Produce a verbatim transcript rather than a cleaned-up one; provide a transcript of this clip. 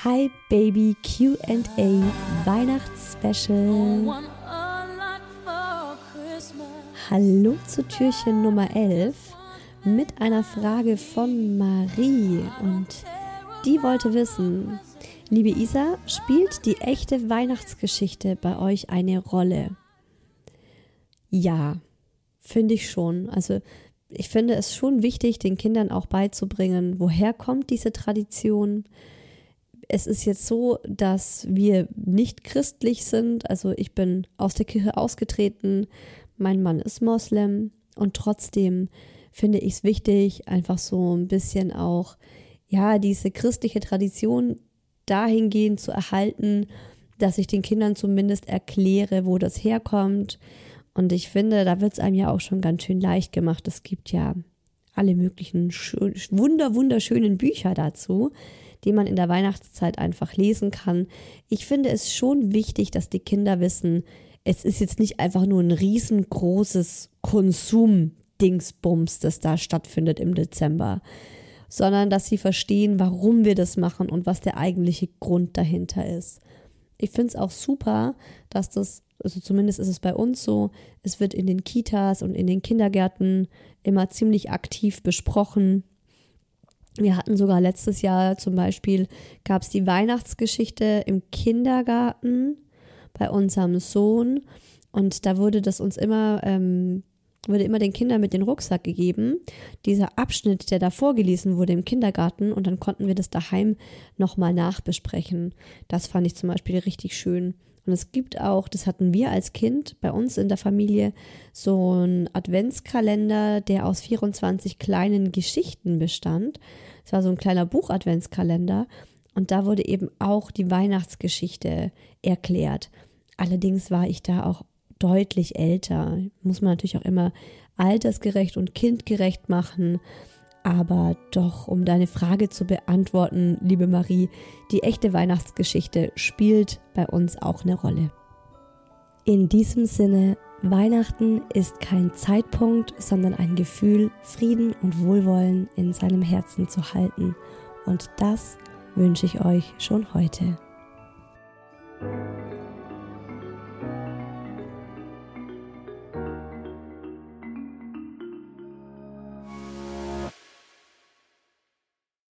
Hi Baby Q and A Weihnachtsspecial. Hallo zu Türchen Nummer elf mit einer Frage von Marie und die wollte wissen: Liebe Isa, spielt die echte Weihnachtsgeschichte bei euch eine Rolle? Ja, finde ich schon. Also ich finde es schon wichtig, den Kindern auch beizubringen, woher kommt diese Tradition. Es ist jetzt so, dass wir nicht christlich sind. Also ich bin aus der Kirche ausgetreten, mein Mann ist Moslem und trotzdem finde ich es wichtig, einfach so ein bisschen auch, ja, diese christliche Tradition dahingehend zu erhalten, dass ich den Kindern zumindest erkläre, wo das herkommt. Und ich finde, da wird es einem ja auch schon ganz schön leicht gemacht. Es gibt ja alle möglichen schön, wunder, wunderschönen Bücher dazu, die man in der Weihnachtszeit einfach lesen kann. Ich finde es schon wichtig, dass die Kinder wissen, es ist jetzt nicht einfach nur ein riesengroßes Konsum-Dingsbums, das da stattfindet im Dezember, sondern dass sie verstehen, warum wir das machen und was der eigentliche Grund dahinter ist. Ich finde es auch super, dass das, also zumindest ist es bei uns so, es wird in den Kitas und in den Kindergärten immer ziemlich aktiv besprochen. Wir hatten sogar letztes Jahr zum Beispiel, gab es die Weihnachtsgeschichte im Kindergarten bei unserem Sohn und da wurde das uns immer, ähm, wurde immer den Kindern mit den Rucksack gegeben, dieser Abschnitt, der da vorgelesen wurde im Kindergarten, und dann konnten wir das daheim nochmal nachbesprechen. Das fand ich zum Beispiel richtig schön. Und es gibt auch, das hatten wir als Kind bei uns in der Familie, so einen Adventskalender, der aus vierundzwanzig kleinen Geschichten bestand. Es war so ein kleiner Buch-Adventskalender und da wurde eben auch die Weihnachtsgeschichte erklärt. Allerdings war ich da auch deutlich älter. Muss man natürlich auch immer altersgerecht und kindgerecht machen. Aber doch, um deine Frage zu beantworten, liebe Marie, die echte Weihnachtsgeschichte spielt bei uns auch eine Rolle. In diesem Sinne, Weihnachten ist kein Zeitpunkt, sondern ein Gefühl, Frieden und Wohlwollen in seinem Herzen zu halten. Und das wünsche ich euch schon heute.